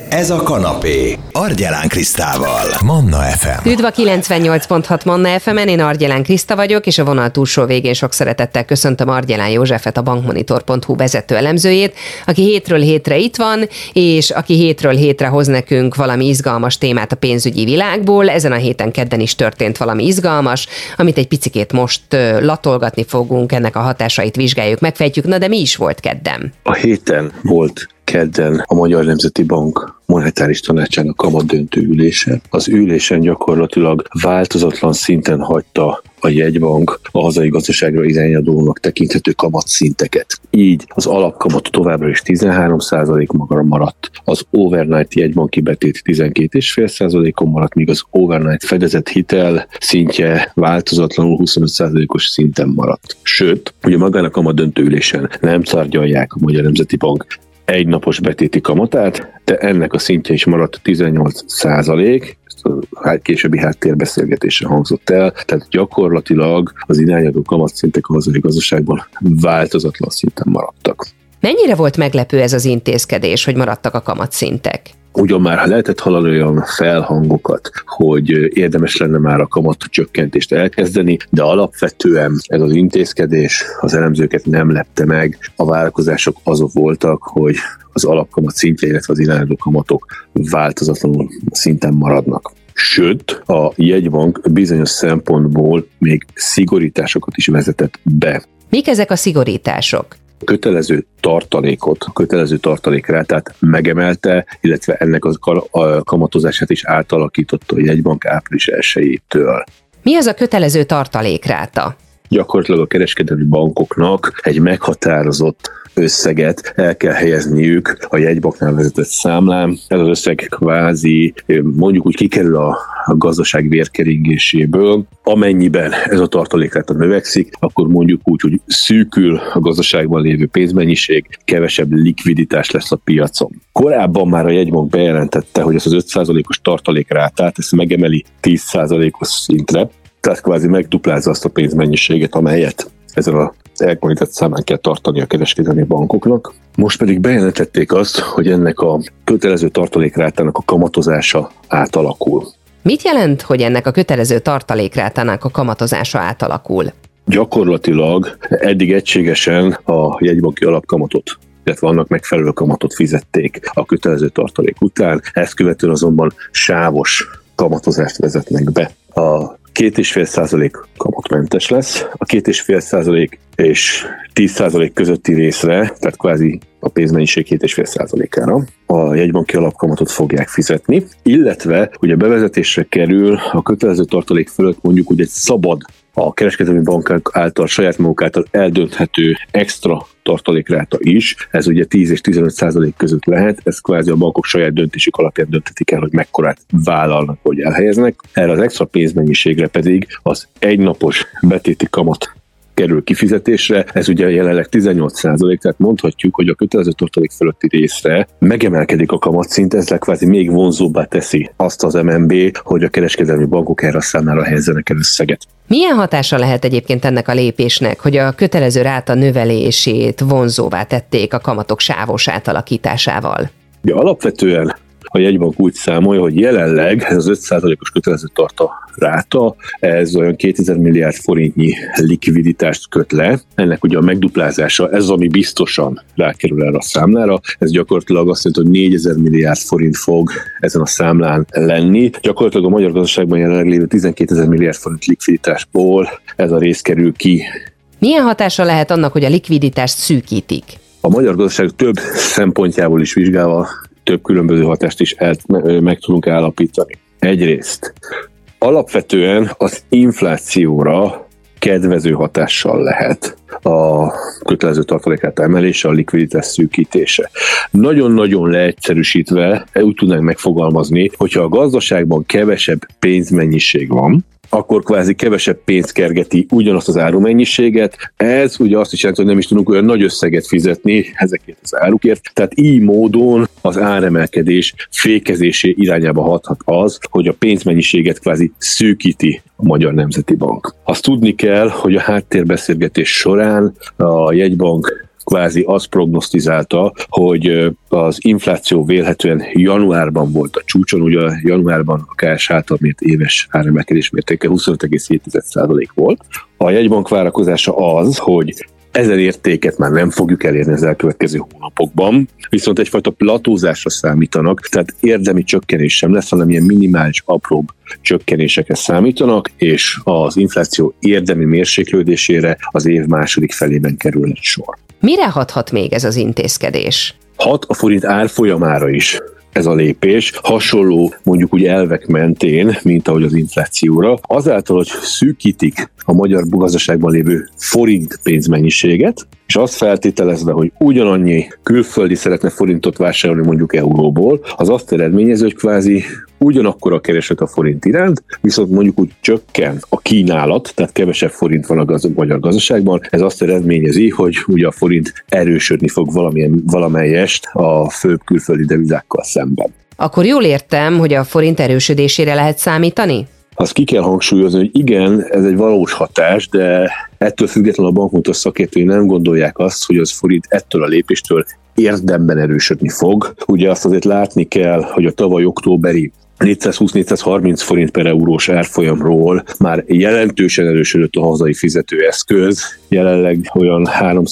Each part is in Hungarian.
Ez a kanapé. Argyelán Krisztával. Manna FM. Üdv a 98.6 Manna FM-en, én Argyelán Kriszta vagyok, és a vonal túlsó végén sok szeretettel köszöntöm Argyelán Józsefet, a bankmonitor.hu vezető elemzőjét, aki hétről hétre itt van, és aki hétről hétre hoz nekünk valami izgalmas témát a pénzügyi világból. Ezen a héten kedden is történt valami izgalmas, amit egy picikét most latolgatni fogunk, ennek a hatásait vizsgáljuk, megfejtjük. Na de mi is volt kedden? A héten volt kedden a Magyar Nemzeti Bank monetáris tanácsának kamatdöntő ülése. Az ülésen gyakorlatilag változatlan szinten hagyta a jegybank a hazai gazdaságra irányadónak tekinthető kamatszinteket. Így az alapkamat továbbra is 13% maga maradt, az overnight jegybanki betét 12,5%-on maradt, míg az overnight fedezett hitel szintje változatlanul 25%-os szinten maradt. Sőt, ugye magának a kamatdöntő ülésen nem tárgyalják a Magyar Nemzeti Bank egynapos betéti kamatát, de ennek a szintje is maradt 18%, a későbbi háttérbeszélgetésen hangzott el, tehát gyakorlatilag az irányadó kamatszintek a hazai gazdaságban változatlan szinten maradtak. Mennyire volt meglepő ez az intézkedés, hogy maradtak a kamatszintek? Ugyan már lehetett hallani olyan felhangokat, hogy érdemes lenne már a kamatcsökkentést elkezdeni, de alapvetően ez az intézkedés az elemzőket nem lepte meg. A várakozások azok voltak, hogy az alapkamat szintje, illetve az irányadó kamatok változatlanul szinten maradnak. Sőt, a jegybank bizonyos szempontból még szigorításokat is vezetett be. Mik ezek a szigorítások? A kötelező tartalékrátát megemelte, illetve ennek a kamatozását is átalakította a jegybank április 1-től. Mi az a kötelező tartalékráta? Gyakorlatilag a kereskedelmi bankoknak egy meghatározott összeget el kell helyezniük a jegybanknál vezetett számlán. Ez az összeg kvázi mondjuk úgy kikerül a gazdaság vérkeringéséből. Amennyiben ez a tartalékráta növekszik, akkor mondjuk úgy, hogy szűkül a gazdaságban lévő pénzmennyiség, kevesebb likviditás lesz a piacon. Korábban már a jegybank bejelentette, hogy ezt az 5%-os tartalékrátát ezt megemeli 10%-os szintre, tehát kvázi megduplázza azt a pénzmennyiséget, amelyet ezen a elkülönített számán kell tartani a kereskedelmi bankoknak. Most pedig bejelentették azt, hogy ennek a kötelező tartalékrátának a kamatozása átalakul. Mit jelent, hogy ennek a kötelező tartalékrátának a kamatozása átalakul? Gyakorlatilag eddig egységesen a jegybanki alapkamatot, illetve annak megfelelő kamatot fizették a kötelező tartalék után, ezt követően azonban sávos kamatozást vezetnek be. A 2,5% kamatmentes lesz, a 2,5% és 10% közötti részre, tehát kvázi a pénzmennyiség 2,5%-ára a jegybanki alapkamatot fogják fizetni, illetve ugye bevezetésre kerül a kötelező tartalék fölött mondjuk úgy egy szabad, a kereskedelmi bankák által, saját maguk által eldönthető extra tartalékráta is, ez ugye 10 és 15% között lehet, ez kvázi a bankok saját döntésük alapján dönthetik el, hogy mekkorát vállalnak, hogy elhelyeznek. Erre az extra pénzmennyiségre pedig az egynapos betéti kamat kerül kifizetésre, ez ugye jelenleg 18%, tehát mondhatjuk, hogy a kötelező tartalék fölötti részre megemelkedik a kamatszint, ezzel kvázi még vonzóbbá teszi azt az MNB, hogy a kereskedelmi bankok erre a számlára helyezzenek el összeget. Milyen hatása lehet egyébként ennek a lépésnek, hogy a kötelező ráta növelését vonzóvá tették a kamatok sávos átalakításával? Ja, alapvetően a jegybank úgy számolja, hogy jelenleg ez az 5%-os kötelező ráta, ez olyan 2000 milliárd forintnyi likviditást köt le. Ennek ugye a megduplázása, ez az, ami biztosan rákerül erre a számlára, ez gyakorlatilag azt jelenti, hogy 4000 milliárd forint fog ezen a számlán lenni. Gyakorlatilag a magyar gazdaságban jelenleg lévő 12 000 milliárd forint likviditásból ez a rész kerül ki. Milyen hatása lehet annak, hogy a likviditást szűkítik? A magyar gazdaság több szempontjából is vizsgálva több különböző hatást is meg tudunk állapítani. Egyrészt alapvetően az inflációra kedvező hatással lehet a kötelező tartalékrát emelése, a likviditás szűkítése. Nagyon-nagyon leegyszerűsítve úgy tudnánk megfogalmazni, hogyha a gazdaságban kevesebb pénzmennyiség van, akkor kvázi kevesebb pénz kergeti ugyanazt az árumennyiséget. Ez ugye azt is jelenti, hogy nem is tudunk olyan nagy összeget fizetni ezekért az árukért. Tehát így módon az áremelkedés fékezésé irányába hathat az, hogy a pénzmennyiséget kvázi szűkíti a Magyar Nemzeti Bank. Azt tudni kell, hogy a háttérbeszélgetés során a jegybank kvázi azt prognosztizálta, hogy az infláció vélhetően januárban volt a csúcson, ugye januárban a KSH által mért éves áremelkedés mértéke 25,7% volt. A jegybank várakozása az, hogy ezen értéket már nem fogjuk elérni az elkövetkező hónapokban, viszont egyfajta platózásra számítanak, tehát érdemi csökkenés sem lesz, hanem ilyen minimális, apróbb csökkenésekre számítanak, és az infláció érdemi mérséklődésére az év második felében kerül egy sor. Mire hathat még ez az intézkedés? Hat a forint árfolyamára is ez a lépés, hasonló mondjuk úgy elvek mentén, mint ahogy az inflációra, azáltal, hogy szűkítik a magyar gazdaságban lévő forint pénzmennyiséget, és azt feltételezve, hogy ugyanannyi külföldi szeretne forintot vásárolni mondjuk euróból, az azt eredményező, hogy kvázi ugyanakkor a kereslet a forint iránt, viszont mondjuk úgy csökken a kínálat, tehát kevesebb forint van a magyar gazdaságban, ez azt eredményezi, hogy ugye a forint erősödni fog valamelyest a főbb külföldi devizákkal szemben. Akkor jól értem, hogy a forint erősödésére lehet számítani? Azt ki kell hangsúlyozni, hogy igen, ez egy valós hatás, de ettől függetlenül a bankmonitor szakértői nem gondolják azt, hogy az forint ettől a lépéstől érdemben erősödni fog. Ugye azt azért látni kell, hogy a tavaly októberi 420-430 forint per eurós árfolyamról már jelentősen erősödött a hazai fizetőeszköz, jelenleg olyan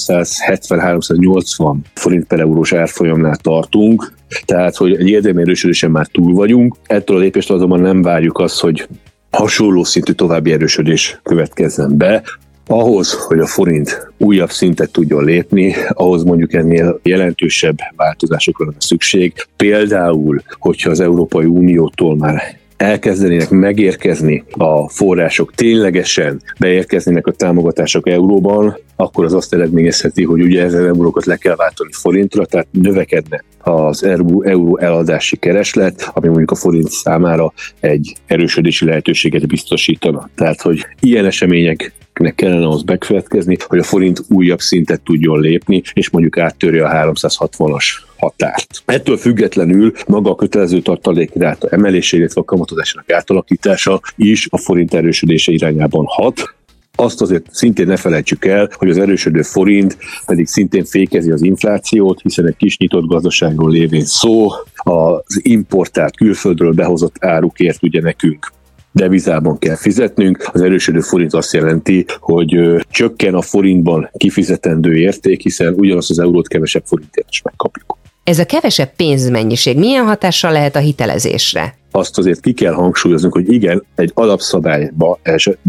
370-380 forint per eurós árfolyamnál tartunk, tehát hogy egy érdemi erősödésen már túl vagyunk. Ettől a lépést azonban nem várjuk azt, hogy hasonló szintű további erősödés következzen be. Ahhoz, hogy a forint újabb szintet tudjon lépni, ahhoz mondjuk ennél jelentősebb változásokra van szükség. Például, hogyha az Európai Uniótól már elkezdenének megérkezni a források, ténylegesen beérkeznének a támogatások euróban, akkor az azt eredményezheti, hogy ugye ezen eurókat le kell váltani forintra, tehát növekedne az euró eladási kereslet, ami mondjuk a forint számára egy erősödési lehetőséget biztosítana. Tehát, hogy ilyen eseményeknek kellene ahhoz bekövetkezni, hogy a forint újabb szintet tudjon lépni, és mondjuk áttörje a 360-as határt. Ettől függetlenül maga a kötelező tartalékráta emelése, illetve a kamatozásának átalakítása is a forint erősödése irányában hat. Azt azért szintén ne felejtsük el, hogy az erősödő forint pedig szintén fékezi az inflációt, hiszen egy kis nyitott gazdaságról lévén szó, az importált külföldről behozott árukért ugye nekünk devizában kell fizetnünk. Az erősödő forint azt jelenti, hogy csökken a forintban kifizetendő érték, hiszen ugyanazt az eurót kevesebb forintért is megkapjuk. Ez a kevesebb pénzmennyiség milyen hatással lehet a hitelezésre? Azt azért ki kell hangsúlyoznunk, hogy igen, egy alapszabályba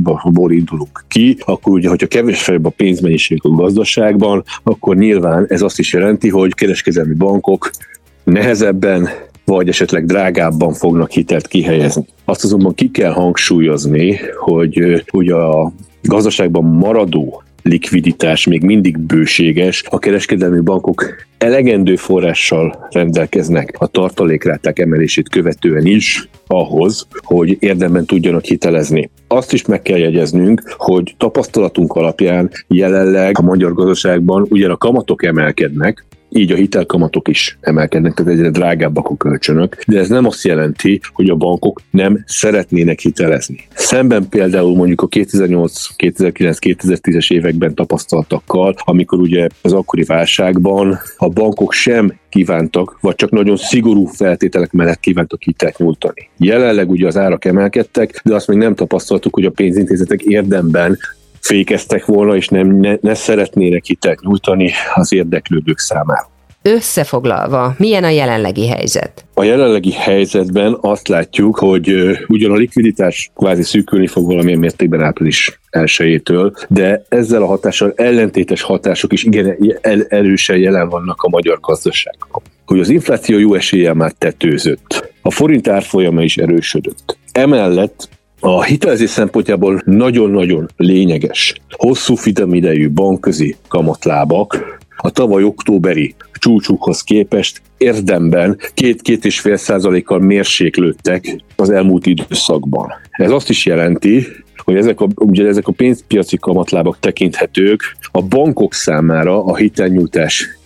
indulunk ki, akkor ugye, hogyha kevesebb a pénzmennyiség a gazdaságban, akkor nyilván ez azt is jelenti, hogy kereskedelmi bankok nehezebben vagy esetleg drágábban fognak hitelt kihelyezni. Azt azonban ki kell hangsúlyozni, hogy ugye a gazdaságban maradó likviditás még mindig bőséges, a kereskedelmi bankok elegendő forrással rendelkeznek a tartalékráták emelését követően is ahhoz, hogy érdemben tudjanak hitelezni. Azt is meg kell jegyeznünk, hogy tapasztalatunk alapján jelenleg a magyar gazdaságban ugyan a kamatok emelkednek, így a hitelkamatok is emelkednek, tehát egyre drágábbak a kölcsönök, de ez nem azt jelenti, hogy a bankok nem szeretnének hitelezni. Szemben például mondjuk a 2008, 2009, 2010-es években tapasztaltakkal, amikor ugye az akkori válságban a bankok sem kívántak, vagy csak nagyon szigorú feltételek mellett kívántak hitelt nyújtani. Jelenleg ugye az árak emelkedtek, de azt még nem tapasztaltuk, hogy a pénzintézetek érdemben fékeztek volna, és ne szeretnének hitelt nyújtani az érdeklődők számára. Összefoglalva, milyen a jelenlegi helyzet? A jelenlegi helyzetben azt látjuk, hogy ugyan a likviditás kvázi szűkülni fog valamilyen mértékben április 1-től, de ezzel a hatással ellentétes hatások is igen erősen jelen vannak a magyar gazdaságban. Hogy az infláció jó eséllyel már tetőzött, a forint árfolyama is erősödött. Emellett a hitelezés szempontjából nagyon-nagyon lényeges, hosszú idejű bankközi kamatlábak a tavaly októberi csúcsukhoz képest érdemben 2-2,5%-kal mérséklődtek az elmúlt időszakban. Ez azt is jelenti, hogy ezek a pénzpiaci kamatlábak tekinthetők a bankok számára a hitelnyújtás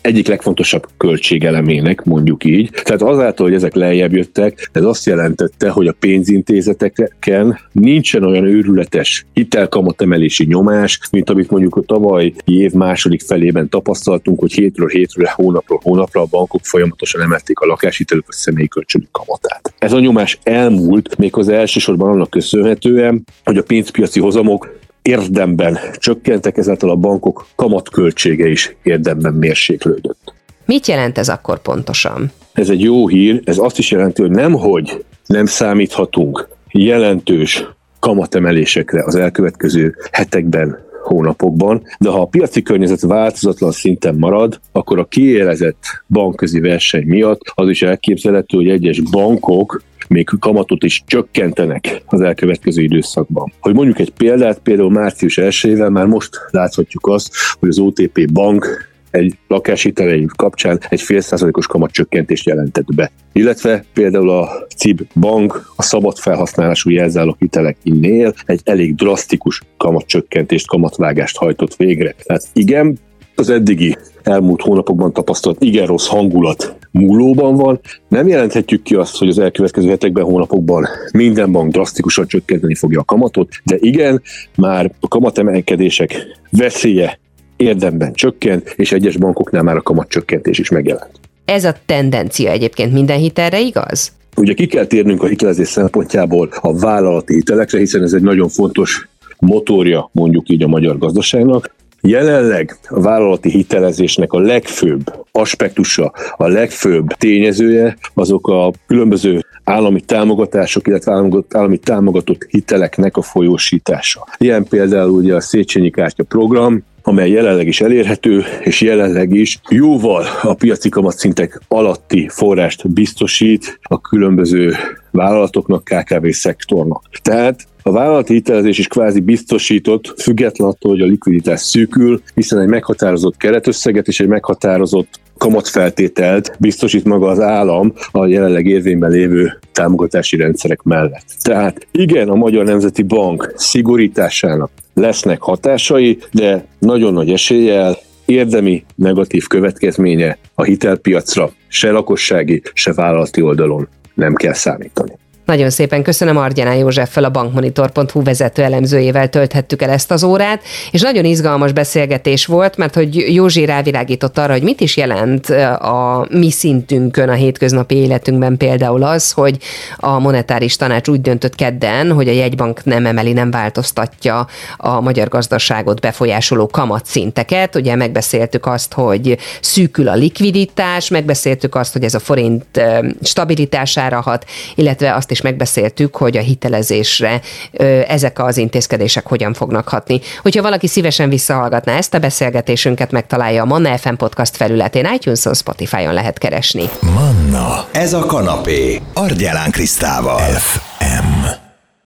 egyik legfontosabb költségelemének, mondjuk így. Tehát azáltal, hogy ezek lejjebb jöttek, ez azt jelentette, hogy a pénzintézeteken nincsen olyan őrületes hitelkamatemelési nyomás, mint amit mondjuk a tavalyi év második felében tapasztaltunk, hogy hétről hétre, hónapról hónapra a bankok folyamatosan emelték a lakáshitelük a személyi kölcsönök kamatát. Ez a nyomás elmúlt, méghozzá elsősorban annak köszönhetően, hogy a pénzpiaci hozamok érdemben csökkentek, ezáltal a bankok kamatköltsége is érdemben mérséklődött. Mit jelent ez akkor pontosan? Ez egy jó hír, ez azt is jelenti, hogy nemhogy nem számíthatunk jelentős kamatemelésekre az elkövetkező hetekben, hónapokban, de ha a piaci környezet változatlan szinten marad, akkor a kiélezett bankközi verseny miatt az is elképzelhető, hogy egyes bankok még kamatot is csökkentenek az elkövetkező időszakban. Hogy mondjuk egy példát, például március 1-ével már most láthatjuk azt, hogy az OTP bank egy lakáshitelei kapcsán egy 0,5%-os kamatcsökkentést jelentett be. Illetve például a CIB bank a szabad felhasználású jelzáloghiteleknél egy elég drasztikus kamatcsökkentést, kamatvágást hajtott végre. Tehát igen, az eddigi elmúlt hónapokban tapasztalt igen rossz hangulat múlóban van. Nem jelenthetjük ki azt, hogy az elkövetkező hetekben, hónapokban minden bank drasztikusan csökkenteni fogja a kamatot, de igen, már a kamatemelkedések veszélye érdemben csökkent, és egyes bankoknál már a kamatcsökkentés is megjelent. Ez a tendencia egyébként minden hitelre igaz? Ugye ki kell térnünk a hitelezés szempontjából a vállalati hitelekre, hiszen ez egy nagyon fontos motorja, mondjuk így, a magyar gazdaságnak. Jelenleg a vállalati hitelezésnek a legfőbb aspektusa, a legfőbb tényezője azok a különböző állami támogatások, illetve állami támogatott hiteleknek a folyósítása. Ilyen például ugye a Széchenyi kártya program, amely jelenleg is elérhető, és jelenleg is jóval a piaci kamatszintek alatti forrást biztosít a különböző vállalatoknak, KKV szektornak. Tehát a vállalati hitelezés is kvázi biztosított, függetlenül attól, hogy a likviditás szűkül, hiszen egy meghatározott keretösszeget és egy meghatározott kamatfeltételt biztosít maga az állam a jelenleg érvényben lévő támogatási rendszerek mellett. Tehát igen, a Magyar Nemzeti Bank szigorításának lesznek hatásai, de nagyon nagy eséllyel érdemi negatív következménye a hitelpiacra se lakossági, se vállalati oldalon nem kell számítani. Nagyon szépen köszönöm, Argyelán Józseffel, a bankmonitor.hu vezető elemzőjével tölthettük el ezt az órát, és nagyon izgalmas beszélgetés volt, mert hogy Józsi rávilágított arra, hogy mit is jelent a mi szintünkön, a hétköznapi életünkben például az, hogy a monetáris tanács úgy döntött kedden, hogy a jegybank nem emeli, nem változtatja a magyar gazdaságot befolyásoló kamatszinteket. Ugye megbeszéltük azt, hogy szűkül a likviditás, megbeszéltük azt, hogy ez a forint stabilitására hat, illetve azt is megbeszéltük, hogy a hitelezésre ezek az intézkedések hogyan fognak hatni. Hogyha valaki szívesen visszahallgatná ezt a beszélgetésünket, megtalálja a Manna FM podcast felületén, iTunes-on, Spotify-on lehet keresni. Manna, ez a kanapé, Argyelán Krisztával.